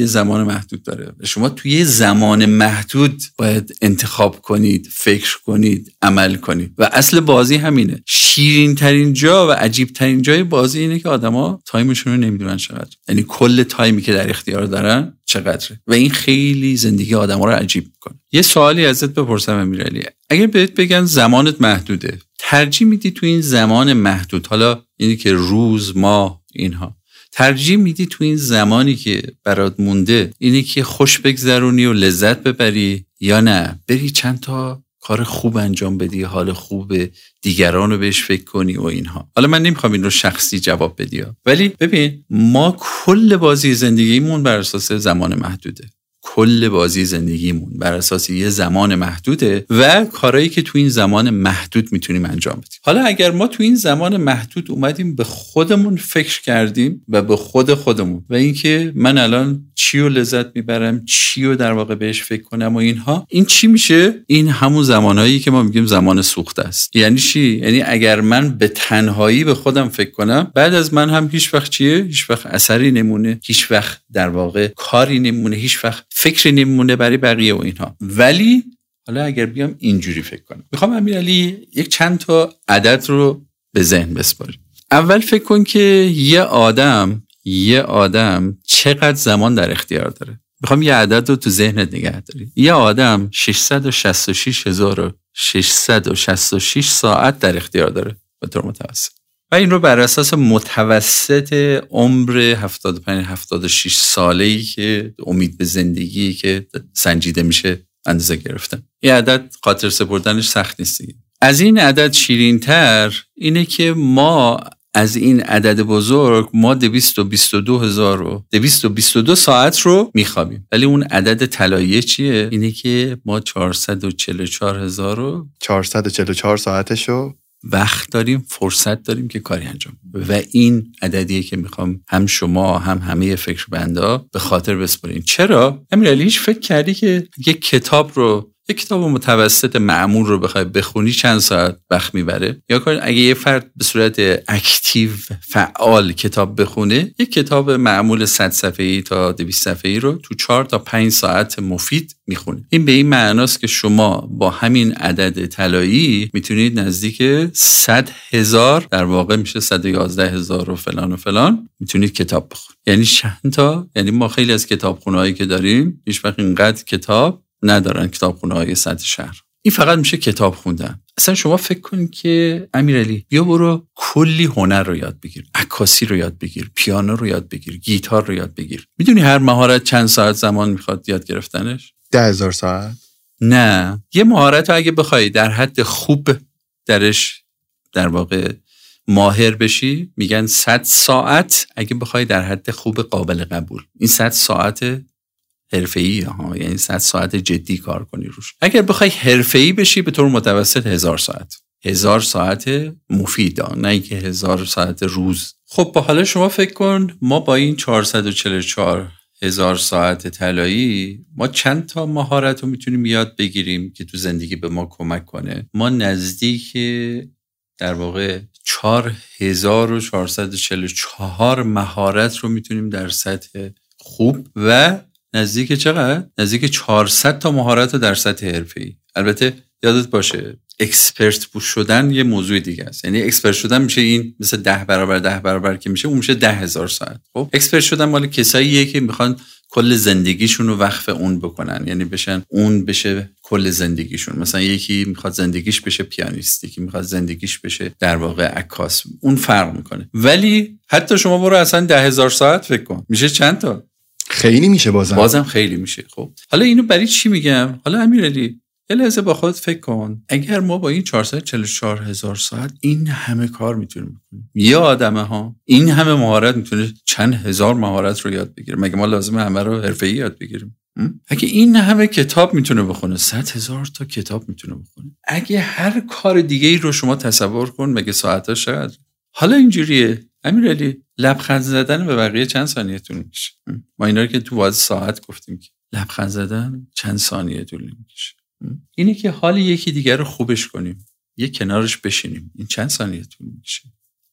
زمان محدود داره. شما توی زمان محدود باید انتخاب کنید، فکر کنید، عمل کنید و اصل بازی همینه. شیرین ترین جا و عجیب ترین جای بازی اینه که آدما تایمشون رو نمیدونن چقدر، یعنی کل تایمی که در اختیار دارن چقدره و این خیلی زندگی آدما رو عجیب میکنه. یه سوالی ازت بپرسم امیرعلی، اگر بهت بگن زمانت محدوده، ترجیح میدی تو این زمان محدود، حالا اینی که روز، ماه، اینها، ترجیح میدی تو این زمانی که برات مونده اینی که خوش بگذرونی و لذت ببری، یا نه بری چند تا کار خوب انجام بدی، حال خوب دیگران رو بهش فکر کنی و اینها؟ حالا من نمیخوام این رو شخصی جواب بدی، ولی ببین ما کل بازی زندگیمون بر اساس زمان محدوده. کل بازی زندگیمون بر اساس یه زمان محدوده و کارهایی که تو این زمان محدود میتونیم انجام بدیم. حالا اگر ما تو این زمان محدود اومدیم به خودمون فکر کردیم و به خود خودمون و اینکه من الان چی رو لذت میبرم، چی رو در واقع بهش فکر کنم و اینها، این چی میشه؟ این همون زمانهایی که ما میگیم زمان سوخته است. یعنی چی؟ یعنی اگر من به تنهایی به خودم فکر کنم، بعد از من هم هیچ وقت چیه؟ هیچ وقت اثری نمونه، هیچ وقت در واقع کاری نمونه، هیچ وقت فکری نمونه برای بقیه و اینها. ولی حالا اگر بیام اینجوری فکر کنم، میخوام امیرعلی یک چند تا عدد رو به ذهن بسپاریم. اول فکر کن که یه آدم یه آدم چقدر زمان در اختیار داره. میخوام یه عدد رو تو ذهنت نگه داری. یه آدم ششصد و شصت و شش هزار و ششصد و شصت و شش ساعت در اختیار داره به طور متوسط و این رو بر اساس متوسط عمر هفتاد و پنج هفتاد و شش ساله‌ای که امید به زندگی که سنجیده میشه اندازه گرفتن. این عدد خاطر سپردنش سخت نیست دیگه. از این عدد شیرین‌تر اینه که ما از این عدد بزرگ ما دویست و بیست و دو هزار و دویست و بیست و دو ساعت رو میخوابیم، ولی اون عدد طلایی چیه؟ اینه که ما چهارصد و چهل و چهار هزار و چهارصد و چهل و چهار ساعتشو وقت داریم، فرصت داریم که کاری انجام بدیم. و این عددیه که میخوام هم شما هم همه فکر بندا به خاطر بسپارین. چرا؟ امیرعلی هیچ فکر کردی که یک کتاب رو یک کتاب متوسط معمول رو بخوای بخونی چند ساعت وقت میبره؟ یا کن اگه یه فرد به صورت اکتیو فعال کتاب بخونه، یک کتاب معمول صد صفحه‌ای تا دویست صفحه‌ای رو تو چهار تا پنج ساعت مفید میخونه. این به این معناست که شما با همین عدد طلایی میتونید نزدیک صد هزار، در واقع میشه صد و یازده هزار و فلان و فلان، میتونید کتاب بخونید. یعنی چند تا؟ یعنی ما خیلی از کتابخونه‌هایی که داریم هیچ وقت اینقدر کتاب ندارن، کتابخونه‌های سطح شهر. این فقط میشه کتاب خوندن. اصلا شما فکر کن که امیرعلی بیا برو کلی هنر رو یاد بگیر، عکاسی رو یاد بگیر، پیانو رو یاد بگیر، گیتار رو یاد بگیر. میدونی هر مهارت چند ساعت زمان میخواد یاد گرفتنش؟ ده هزار ساعت؟ نه، یه مهارت رو اگه بخوای در حد خوب درش در واقع ماهر بشی میگن صد ساعت، اگه بخوای در حد خوب قابل قبول. این صد ساعت حرفه‌ای ها، یعنی صد ساعت جدی کار کنی روش. اگر بخوای حرفه‌ای بشی به طور متوسط هزار ساعت. هزار ساعت مفید، نه اینکه هزار ساعت روز. خب با حالا شما فکر کن ما با این چهارصد و چهل و چهار هزار ساعت طلایی ما چند تا مهارت رو میتونیم یاد بگیریم که تو زندگی به ما کمک کنه. ما نزدیک در واقع چهار هزار و چهارصد و چهل و چهار مهارت رو میتونیم در سطح خوب و نزدیک چقدر؟ نزدیک چهارصد تا مهارت در سطح حرفه‌ای. البته یادت باشه اکسپرت شدن یه موضوع دیگه است. یعنی اکسپرت شدن میشه این مثل ده برابر ده برابر که میشه، اون میشه ده هزار ساعت. خب اکسپرت شدن مال کساییه که میخوان کل زندگیشون رو وقف اون بکنن، یعنی بشن اون بشه کل زندگیشون. مثلا یکی میخواد زندگیش بشه پیانیست، یکی میخواد زندگیش بشه در واقع عکاس. اون فرق میکنه. ولی حتی شما برو اصلا ده هزار ساعت فکر کن، میشه چند تا؟ خیلی میشه بازم. بازم خیلی میشه. خب حالا اینو برای چی میگم؟ حالا امیرعلی یه لحظه با خودت فکر کن، اگر ما با این چهارصد و چهل و چهار هزار ساعت این همه کار میتونیم بکنیم، یه آدمه ها این همه مهارت میتونه چند هزار مهارت رو یاد بگیره، مگه ما لازمه همه رو حرفه‌ای یاد بگیریم؟ اگه این همه کتاب میتونه بخونه، صد هزار تا کتاب میتونه بخونه، اگه هر کار دیگه ای رو شما تصور کن، مگه ساعتاش چقدر؟ حالا اینجوریه امیرعلی، لبخند زدن به بقیه چند ثانیه طول میکشه؟ ما اینا رو که تو واحد ساعت گفتیم که لبخند زدن چند ثانیه طول میکشه. اینه که حال یکی دیگر رو خوبش کنیم، یه کنارش بشینیم، این چند ثانیه طول میکشه.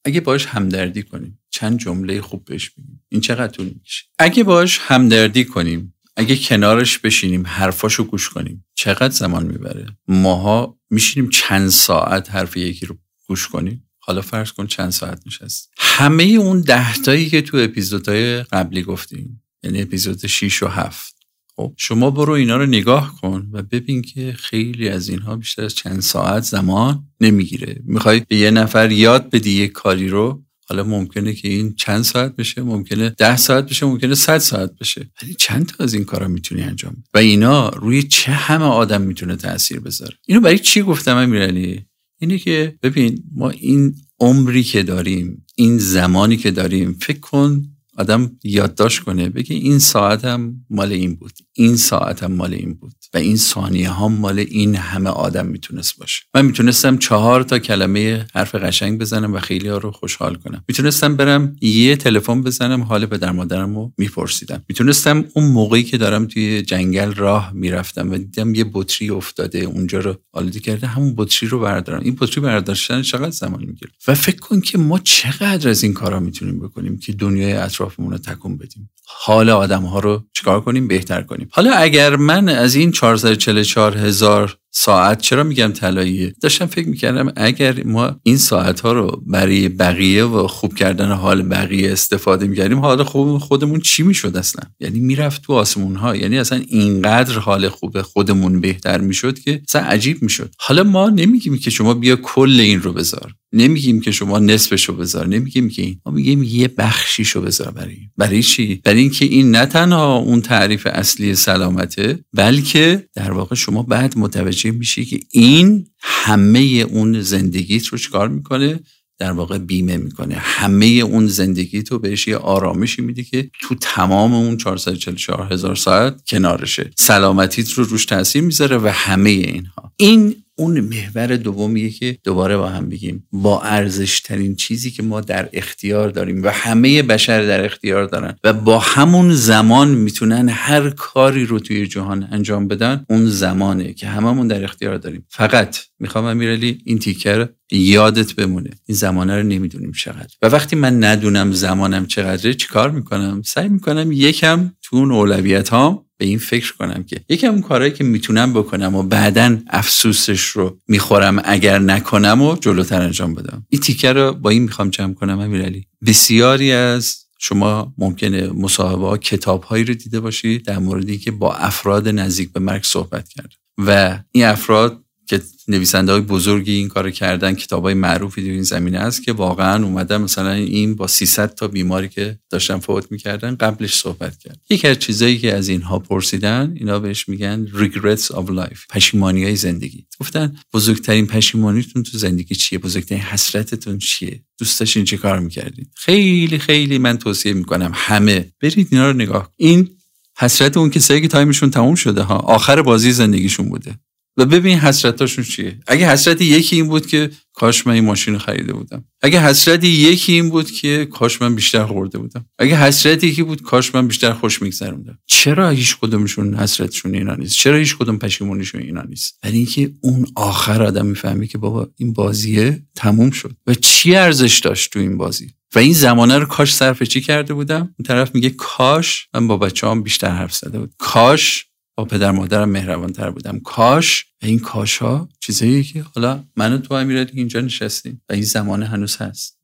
اگه باهاش همدردی کنیم، چند جمله خوب بهش بگیم، این چقدر طول میکشه. اگه باهاش همدردی کنیم، اگه کنارش بشینیم، حرفاشو گوش کنیم، چقدر زمان میبره؟ ماها میشینیم چند ساعت حرف یکی رو گوش کنیم. حالا فرض کن چند ساعت نشست. همه اون ده تایی که تو اپیزودهای قبلی گفتیم، یعنی اپیزود شش و هفت، خب شما برو اینا رو نگاه کن و ببین که خیلی از اینها بیشتر از چند ساعت زمان نمیگیره. میخوای به یه نفر یاد بدی یک کاری رو، حالا ممکنه که این چند ساعت بشه، ممکنه ده ساعت بشه، ممکنه صد ساعت بشه، ولی چند تا از این کارا میتونی انجام بدی و اینا روی چه همه آدم میتونه تأثیر بذاره. اینو برای چی گفتم امیرعلی؟ اینه که ببین ما این عمری که داریم، این زمانی که داریم، فکر کن آدم یادداشت کنه بگه این ساعتم مال این بود، این ساعتم مال این بود و این ثانیه ها مال این همه آدم میتونست باشه. من میتونستم چهار تا کلمه حرف قشنگ بزنم و خیلی ها رو خوشحال کنم. میتونستم برم یه تلفن بزنم، حال پدر مادرم رو میپرسیدم. میتونستم اون موقعی که دارم توی جنگل راه میرفتم و دیدم یه بطری افتاده اونجا رو آلوده کرده، همون بطری رو بردارم. این بطری برداشتن چقدر زمان میگیره؟ و فکر کن که ما چقدر از این کارا میتونیم بکنیم که دنیای اطرافمون رو تکون بدیم، حال آدم‌ها رو چیکار کنیم؟ بهتر کنیم. حالا اگر من از این چهارصد و چهل و چهار هزار ساعت، چرا میگم طلاییه، داشتم فکر میکردم اگر ما این ساعت ها رو برای بقیه و خوب کردن حال بقیه استفاده میکردیم، حال خوب خودمون چی میشد اصلا؟ یعنی میرفت تو آسمون ها. یعنی اصلا اینقدر حال خوب خودمون بهتر میشد که اصلا عجیب میشد. حالا ما نمیگیم که شما بیا کل این رو بذار، نمیگیم که شما نصفشو بذار، نمیگیم که این، ما میگیم یه بخشیشو بذار. برای برای چی؟ برای اینکه این نه تنها اون تعریف اصلی سلامته، بلکه در واقع شما بعد متوجه میشی که این همه اون زندگیت رو چیکار میکنه؟ در واقع بیمه میکنه. همه اون زندگیت رو بهش یه آرامشی میده که تو تمام اون چهارصد و چهل و چهار هزار ساعت کنارشه. سلامتیت رو روش تاثیر میذاره و همه اینها. این اون محور دومیه که دوباره با هم بگیم با ارزش ترین چیزی که ما در اختیار داریم و همه بشر در اختیار دارن و با همون زمان میتونن هر کاری رو توی جهان انجام بدن، اون زمانه که هممون در اختیار داریم. فقط میخوام امیرعلی این تیکر یادت بمونه، این زمانه رو نمیدونیم چقدر و وقتی من ندونم زمانم چقدره چیکار میکنم؟ سعی میکنم یکم تو اون اولویت هام به این فکر کنم که یکم اون کارهایی که میتونم بکنم و بعدن افسوسش رو میخورم اگر نکنم و جلوتر انجام بدم. این تیکه رو با این میخوام جمع کنم امیرعلی. بسیاری از شما ممکنه مصاحبه ها، کتاب هایی رو دیده باشید در موردی که با افراد نزدیک به مرگ صحبت کرد و این افراد که نویسنده های بزرگی این کارو کردن، کتاب های معروفی در این زمینه است که واقعا اومدن مثلا این با سیصد تا بیماری که داشتن فوت میکردن قبلش صحبت کرد. یکی از چیزایی که از اینها پرسیدن، اینا بهش میگن regrets of life، پشیمانی های زندگی. گفتن بزرگترین پشیمانیتون تو زندگی چیه؟ بزرگترین حسرتتون چیه؟ دوست داشتین چه کار میکردین؟ خیلی خیلی من توصیه میکنم همه برید اینا رو نگاه. این حسرت اون کسایی که تایمشون تموم شده ها، آخر بازی زندگیشون بوده و ببین حسرتاشون چیه. اگه حسرت یکی این بود که کاش من این ماشین خریده بودم، اگه حسرت یکی این بود که کاش من بیشتر خورده بودم، اگه حسرت یکی بود کاش من بیشتر خوش میگذروندم. چرا هیچ کدومشون حسرتشون اینا نیست؟ چرا هیچ کدوم پشیمونیشون اینا نیست؟ برای اینکه اون آخر آدم میفهمی که بابا این بازیه تموم شد و چی ارزش داشت تو این بازی و این زمانه رو کاش صرف چی کرده بودم. اون طرف میگه کاش من با بچه‌هام بیشتر حرف زده بودم، کاش با پدر مادرم مهربان‌تر بودم، کاش. و این کاش ها چیزایی که حالا من و تو امیرعلی اینجا نشستیم و این زمانه هنوز هست.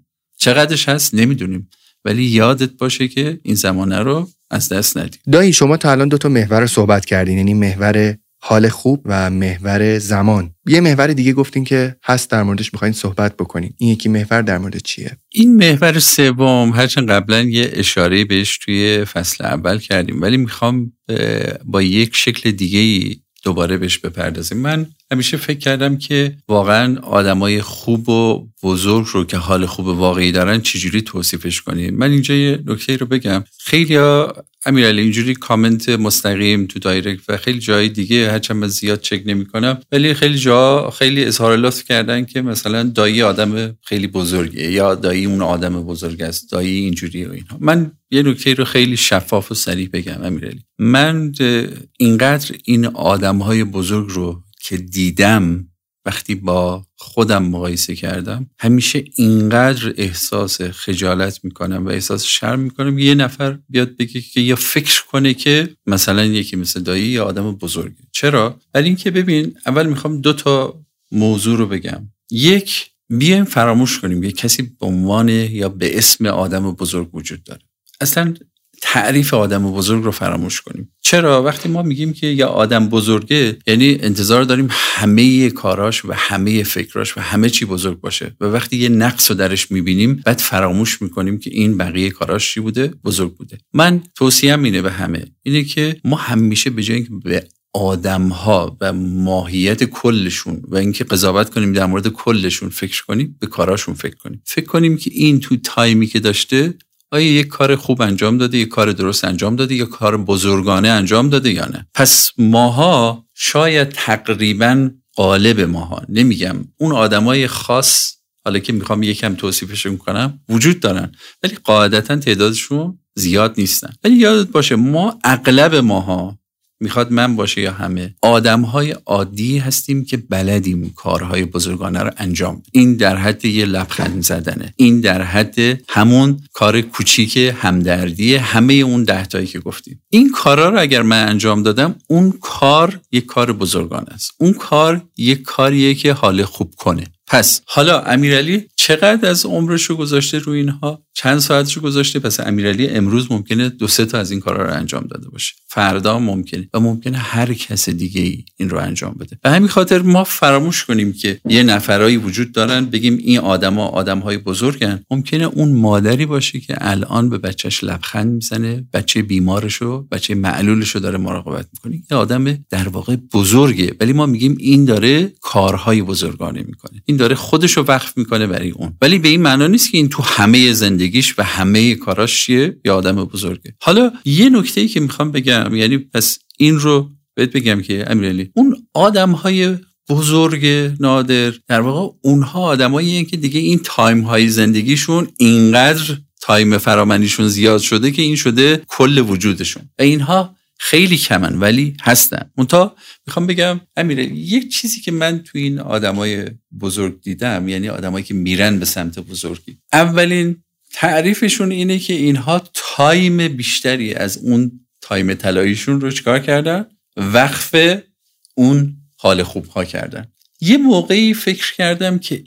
چقدرش هست نمیدونیم، ولی یادت باشه که این زمانه رو از دست ندی. دایی شما تا الان دو تا محور رو صحبت کردین، یعنی محور حال خوب و محور زمان. یه محور دیگه گفتین که هست در موردش میخواین صحبت بکنین. این یکی محور در مورد چیه؟ این محور سوم هرچند قبلا یه اشاره بهش توی فصل اول کردیم، ولی میخوام با یک شکل دیگه دوباره بهش بپردازیم. من همیشه فکر کردم که واقعا آدمای خوب و بزرگ رو که حال خوب واقعی دارن چجوری توصیفش کنیم. من اینجا یه نکته رو بگم. خیلی‌ها امیرعلی اینجوری کامنت مستقیم تو دایرکت و خیلی جای دیگه هرچند من زیاد چک نمی‌کنم، ولی خیلی جا خیلی اظهار لطف کردن که مثلا دایی آدم خیلی بزرگه یا دایی اون آدم بزرگ است، دایی اینجوری و اینها. من یه نکته رو خیلی شفاف و صریح بگم امیرعلی. من اینقدر این آدم‌های بزرگ رو که دیدم وقتی با خودم مقایسه کردم همیشه اینقدر احساس خجالت میکنم و احساس شرم میکنم یه نفر بیاد بگه که یا فکر کنه که مثلا یکی مثل دایی یا آدم بزرگه. چرا؟ برای اینکه ببین اول میخوام دو تا موضوع رو بگم. یک، بیایم فراموش کنیم یه کسی به عنوان یا به اسم آدم بزرگ وجود داره. اصلا تعریف آدم بزرگ رو فراموش کنیم. چرا؟ وقتی ما میگیم که یا آدم بزرگه یعنی انتظار داریم همه کاراش و همه فکراش و همه چی بزرگ باشه و وقتی یه نقص رو درش میبینیم بعد فراموش میکنیم که این بقیه کاراش چی بوده؟ بزرگ بوده. من توصیه‌ام اینه به همه اینه که ما همیشه به جای اینکه به آدم‌ها و ماهیت کلشون و اینکه قضاوت کنیم در مورد کلشون فکر کنیم، به کاراشون فکر کنیم. فکر کنیم که این تو تایمی که داشته آیا یک کار خوب انجام داده، یک کار درست انجام داده، یک کار بزرگانه انجام داده یا نه. پس ماها شاید تقریباً غالب ماها، نمیگم اون آدمای خاص حالا که میخوام یکم توصیفشون کنم وجود دارن ولی قاعدتاً تعدادشون زیاد نیستن. ولی یادت باشه ما اغلب ماها، میخواد من باشه یا همه، آدمهای عادی هستیم که بلدیم کارهای بزرگانه رو انجام بدیم. این در حد یه لبخند زدنه، این در حد همون کار کوچیک همدردی، همه اون ده تایی که گفتیم. این کارا رو اگر من انجام دادم اون کار یک کار بزرگانه است، اون کار یک کاریه که حال خوب کنه. پس حالا امیرعلی چقدر از عمرشو گذاشته روی اینها، چند ساعتشو گذاشته، پس امیرعلی امروز ممکنه دو سه تا از این کارا رو انجام داده باشه، فردا ممکنه و ممکنه هر کس دیگه ای این رو انجام بده. به همین خاطر ما فراموش کنیم که یه نفرایی وجود دارن بگیم این آدما آدمهای بزرگن. ممکنه اون مادری باشه که الان به بچهش لبخند میزنه، بچه بیمارشو، بچه معلولشو داره مراقبت میکنه. این آدم در واقع بزرگه ولی ما میگیم این داره کارهای بزرگانه میکنه، این داره خودشو وقف میکنه برای اون. ولی به این معنا نیست که این تو همه زندگیش و همه کاراش چیه یا آدم بزرگه. حالا یه نکته‌ای که میخوام بگم، یعنی پس این رو بهت بگم که امیرعلی اون آدم‌های بزرگ نادر در واقع اونها آدماییه که دیگه این تایم های زندگیشون اینقدر تایم فرامنیشون زیاد شده که این شده کل وجودشون و اینها خیلی کمن ولی هستن. منتها میخوام بگم امیرعلی یک چیزی که من تو این آدمای بزرگ دیدم، یعنی آدمایی که میرن به سمت بزرگی، اولین تعریفشون اینه که اینها تایم بیشتری از اون تایم طلاییشون رو چیکار کردن؟ وقف اون حال خوب ها کردن. یه موقعی فکر کردم که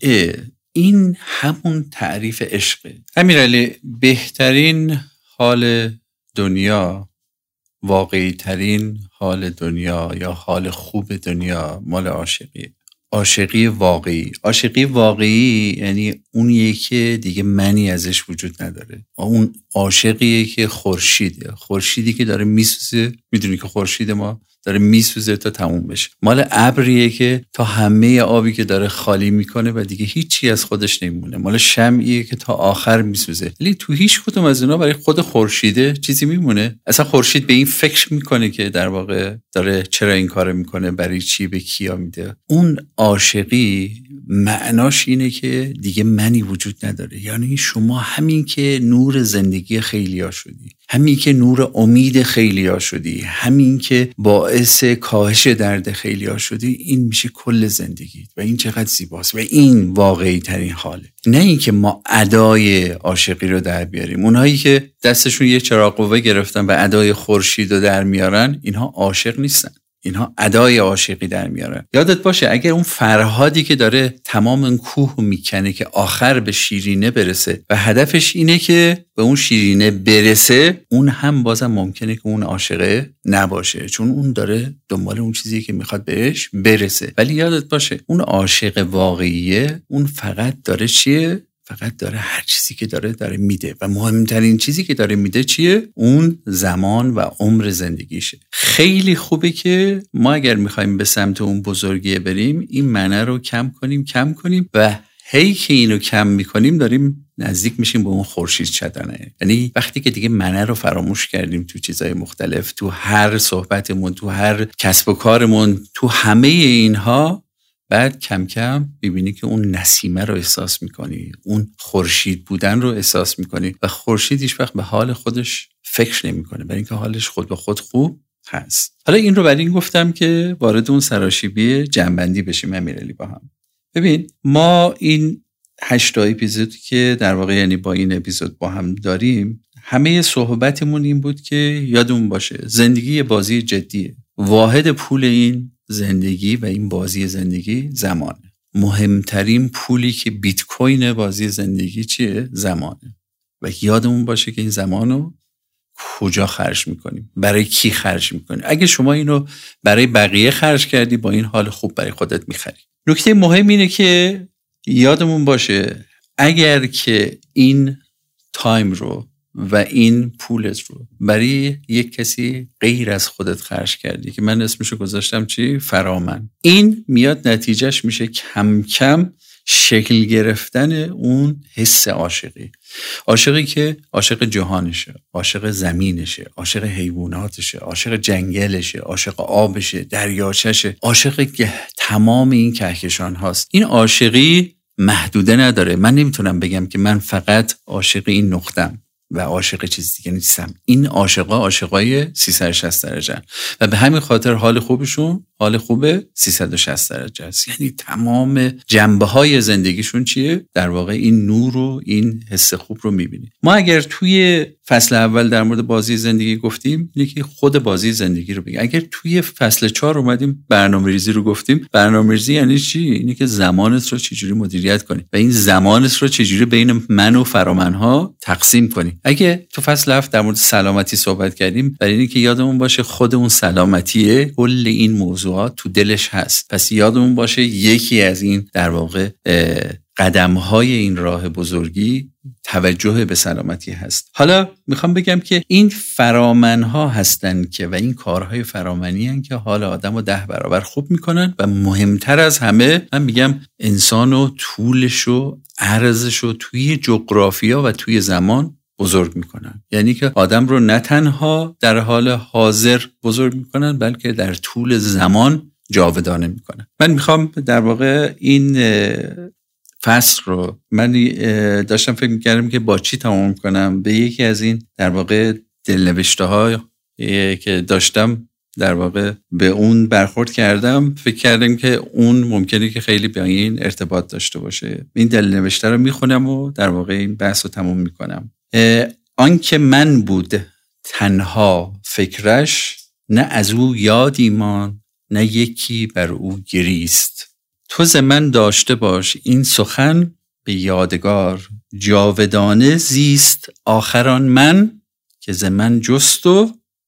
این همون تعریف عشقه. امیرعلی بهترین حال دنیا، واقعی ترین حال دنیا یا حال خوب دنیا مال عاشقی. عاشقی واقعی. عاشقی واقعی یعنی اونیه که دیگه منی ازش وجود نداره. اون عاشقیه که خورشیده. خورشیدی که داره میسوزه، میدونی که خورشید ما داره میسوزه تا تموم بشه. مال ابریه که تا همه آبی که داره خالی میکنه و دیگه هیچی از خودش نمیمونه. مال شمعیه که تا آخر میسوزه. ولی تو هیچ کدوم از اینا برای خود خورشیده چیزی میمونه. اصلا خورشید به این فکر میکنه که در واقع داره چرا این کارو میکنه، برای چی، به کیا میده. اون عاشقی معناش اینه که دیگه منی وجود نداره. یعنی شما همین که نور زندگی خیلیا شدی، همین که نور امید خیلیا شدی، همین که باعث کاهش درد خیلیا شدی، این میشه کل زندگی و این چقدر زیباست و این واقعی ترین حاله. نه اینکه ما ادای عاشقی رو در بیاریم. اونهایی که دستشون یه چراغ قوه گرفتن و ادای خورشید رو در میارن، اینها عاشق نیستن، اینها ادای عاشقی در میارن. یادت باشه اگر اون فرهادی که داره تمام اون کوه میکنه که آخر به شیرینه برسه و هدفش اینه که به اون شیرینه برسه، اون هم بازم ممکنه که اون عاشقه نباشه، چون اون داره دنبال اون چیزی که میخواد بهش برسه. ولی یادت باشه اون عاشق واقعیه، اون فقط داره چیه؟ فقط داره هر چیزی که داره داره میده و مهمترین چیزی که داره میده چیه؟ اون زمان و عمر زندگیشه. خیلی خوبه که ما اگر میخوایم به سمت اون بزرگیه بریم، این معنی رو کم کنیم کم کنیم و هی که اینو کم میکنیم داریم نزدیک میشیم به اون خورشید شدنه. یعنی وقتی که دیگه معنی رو فراموش کردیم تو چیزای مختلف، تو هر صحبتمون، تو هر کسب و کارمون، تو همه اینها، بعد کم کم ببینی که اون نسیمه رو احساس میکنی، اون خورشید بودن رو احساس میکنی و خورشید هیچ وقت به حال خودش فکر نمیکنه، برای اینکه حالش خود به خود خوب هست. حالا این رو برای این گفتم که وارد اون سراشیبی جنبندی بشیم امیرعلی با هم. ببین ما این هشت اپیزودی که در واقع یعنی با این اپیزود با هم داریم، همه صحبتمون این بود که یادمون باشه زندگی بازی جدیه. واحد پول این زندگی و این بازی زندگی زمانه. مهمترین پولی که بیت کوین بازی زندگی چیه؟ زمانه. و یادمون باشه که این زمانو کجا خرج میکنیم، برای کی خرج میکنیم. اگه شما اینو برای بقیه خرج کردی، با این حال خوب برای خودت میخری. نکته مهم اینه که یادمون باشه اگر که این تایم رو و این پولت رو برای یک کسی غیر از خودت خرج کردی که من اسمشو گذاشتم چی؟ فرامن. این میاد نتیجهش میشه کم کم شکل گرفتن اون حس عاشقی. عاشقی که عاشق جهانشه، عاشق زمینشه، عاشق حیواناتشه، عاشق جنگلشه، عاشق آبشه، دریاچشه، عاشق تمام این کهکشان هاست. این عاشقی محدوده نداره. من نمیتونم بگم که من فقط عاشق این نقطه‌ام و عاشق چیز دیگه نیستم. این عاشقا عاشقای سیصد و شصت درجه و به همین خاطر حال خوبشون حال خوب سیصد و شصت درجه است. یعنی تمام جنبه‌های زندگیشون چیه؟ در واقع این نور و این حس خوب رو می‌بینی. ما اگر توی فصل اول در مورد بازی زندگی گفتیم، یکی خود بازی زندگی رو بگیم. اگر توی فصل چهار اومدیم برنامه‌ریزی رو گفتیم، برنامه‌ریزی یعنی چی؟ اینی که زمانت رو چجوری مدیریت کنی و این زمانت رو چجوری بین من و فرامن‌ها تقسیم کنی. اگه تو فصل هفت در مورد سلامتی صحبت کردیم، برای اینکه یادمون باشه خود اون سلامتیه، کل این موضوعات تو دلش هست. پس یادمون باشه یکی از این در واقع قدم‌های این راه بزرگی توجه به سلامتی هست. حالا میخوام بگم که این فرامن‌ها هستن که و این کارهای فرامنی هستن که حال آدمو ده برابر خوب میکنن و مهمتر از همه من میگم انسانو طولش و عرضش و توی جغرافیا و توی زمان بزرگ میکنن. یعنی که آدم رو نه تنها در حال حاضر بزرگ میکنن بلکه در طول زمان جاودانه میکنن. من میخوام در واقع این فصل رو من داشتم فکر میکردم که با چی تمام کنم. به یکی از این در واقع دلنوشته ها که داشتم در واقع به اون برخورد کردم. فکر کردم که اون ممکنه که خیلی به این ارتباط داشته باشه. این دلنوشته رو میخونم و در واقع این بحث رو تمام میکنم. آن که من بود تنها فکرش، نه از او یادی مان، نه یکی بر او گریست. تو ز من داشته باش این سخن به یادگار، جاودانه زیست آخران من که ز من جست و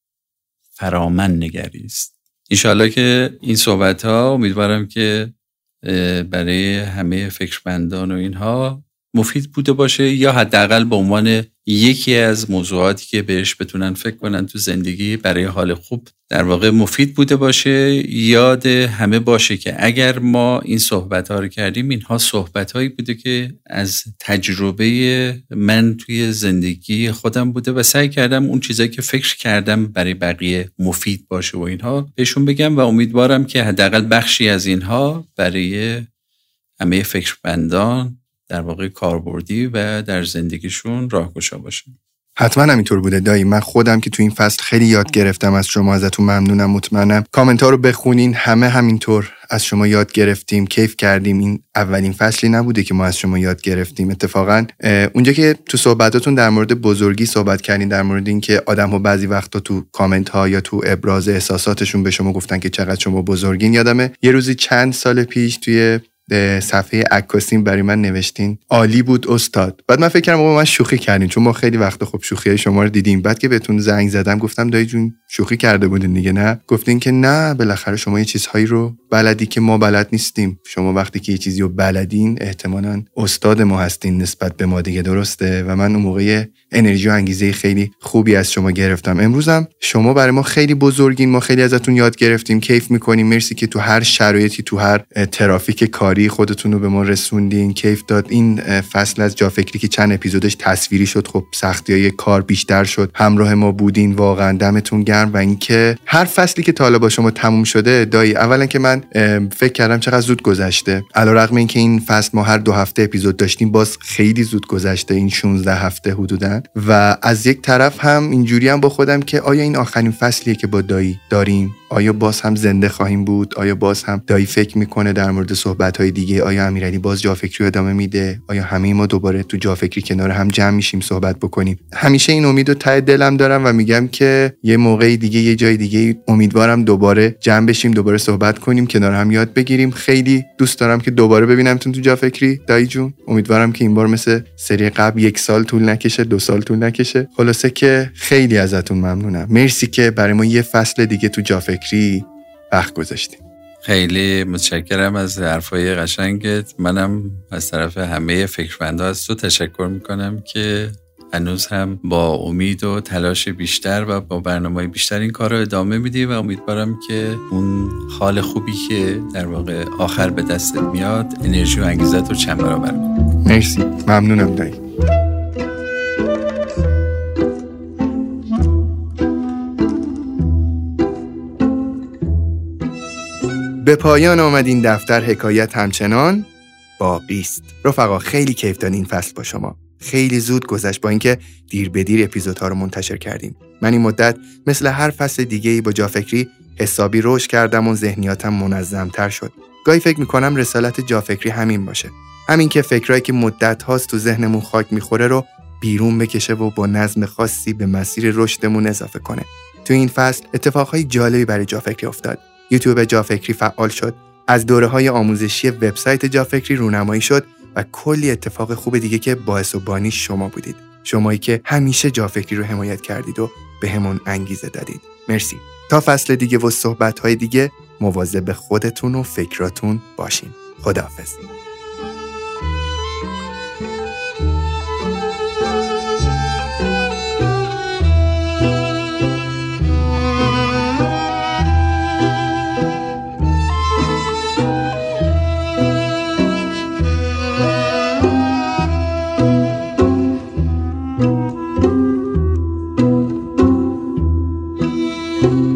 فرامن نگریست. انشاءالله که این صحبت ها امیدوارم که برای همه فکرمندان و اینها مفید بوده باشه یا حداقل به عنوان یکی از موضوعاتی که بهش بتونن فکر کنن تو زندگی برای حال خوب در واقع مفید بوده باشه. یاد همه باشه که اگر ما این صحبت ها رو کردیم، اینها صحبت هایی بوده که از تجربه من توی زندگی خودم بوده و سعی کردم اون چیزایی که فکر کردم برای بقیه مفید باشه و اینها بهشون بگم و امیدوارم که حداقل بخشی از اینها برای همه فکرمندان در واقع کاربردی و در زندگیشون راهگشا باشه. حتما همینطور بوده دایی. من خودم که تو این فصل خیلی یاد گرفتم از شما، ازتون ممنونم. مطمئنم کامنت ها رو بخونین، همه همینطور از شما یاد گرفتیم، کیف کردیم. این اولین فصلی نبوده که ما از شما یاد گرفتیم. اتفاقا اونجا که تو صحبتاتون در مورد بزرگی صحبت کردین، در مورد این که آدم‌ها بعضی وقتا تو کامنت ها یا تو ابراز احساساتشون به شما گفتن که چقدر شما بزرگین، یادمه یه روزی چند سال پیش توی صفحه عکاسیم برای من نوشتین عالی بود استاد. بعد من فکر کردم بابا من شوخی کردین، چون ما خیلی وقتا خب شوخیای شما رو دیدیم. بعد که بهتون زنگ زدم گفتم دایی جون شوخی کرده بودین دیگه؟ نه. گفتین که نه، بالاخره شما یه چیزهایی رو بلدی که ما بلد نیستیم. شما وقتی که یه چیزی رو بلدین احتمالاً استاد ما هستین نسبت به ما دیگه. درسته. و من اون موقع انرژی و انگیزه خیلی خوبی از شما گرفتم. امروزم شما برای ما خیلی بزرگین، ما خیلی ازتون یاد گرفتیم، کیف میکنیم. مرسی که تو هر شرایطی، تو هر ترافیک کاری معماری خودتون رو به ما رسوندین، کیف داد. این فصل از جا فکری که چند اپیزودش تصویری شد، خب سختی‌های کار بیشتر شد، همراه ما بودین، واقعا دمتون گرم. و اینکه هر فصلی که تا حالا با شما تموم شده دایی، اولا که من فکر کردم چقدر زود گذشته، علیرغم اینکه این فصل ما هر دو هفته اپیزود داشتیم، باز خیلی زود گذشته این شانزده هفته حدوداً. و از یک طرف هم اینجوری هم با خودم که آیا این آخرین فصلیه که با دایی داریم؟ آیا باز هم زنده خواهیم بود؟ آیا باز هم دایی فکر میکنه در مورد صحبت‌های دیگه؟ آیا امیرعلی باز جا فکری رو ادامه میده؟ آیا همه ما دوباره تو جا فکری کنار هم جمع میشیم صحبت بکنیم؟ همیشه این امیدو ته دلم دارم و میگم که یه موقعی دیگه یه جای دیگه امیدوارم دوباره جمع بشیم، دوباره صحبت کنیم، کنار هم یاد بگیریم. خیلی دوست دارم که دوباره ببینمتون تو جا فکری دایی جون. امیدوارم که این بار مثل سری قبل یک سال طول نکشه، دو سال طول نکشه. خلاصه که خیلی ازتون ممنونم. مرسی که برای ما یه فصل دیگه تو جا فکری وقت گذاشتیم. خیلی متشکرم از حرفای قشنگت. منم از طرف همه فکرمندا از تو تشکر میکنم که هنوز هم با امید و تلاش بیشتر و با برنامه‌های بیشتر این کار رو ادامه میدی و امیدوارم که اون حال خوبی که در واقع آخر به دستت میاد انرژی و انگیزت رو چند برابر کنه. مرسی، ممنونم دایی. به پایان آمد این دفتر حکایت همچنان باقی است. رفقا خیلی کیف داد این فصل با شما. خیلی زود گذشت با اینکه دیر به دیر اپیزودها رو منتشر کردیم. من این مدت مثل هر فصل دیگه‌ای با جا فکری حسابی رشد کردم و ذهنیاتم منظم‌تر شد. گاهی فکر می‌کنم رسالت جا فکری همین باشه. همین که فکرایی که مدت هاست تو ذهنمون خاک می‌خوره رو بیرون بکشه و با نظم خاصی به مسیر رشدمون اضافه کنه. تو این فصل اتفاقهای جالبی برای جا فکری افتاد. یوتیوب جا فکری فعال شد. از دوره‌های آموزشی وبسایت جا فکری رونمایی شد و کلی اتفاق خوب دیگه که باعث و بانی شما بودید. شمایی که همیشه جا فکری رو حمایت کردید و به همون انگیزه دادید. مرسی. تا فصل دیگه و صحبت‌های دیگه مواظب خودتون و فکراتون باشین. خداحافظ. thank you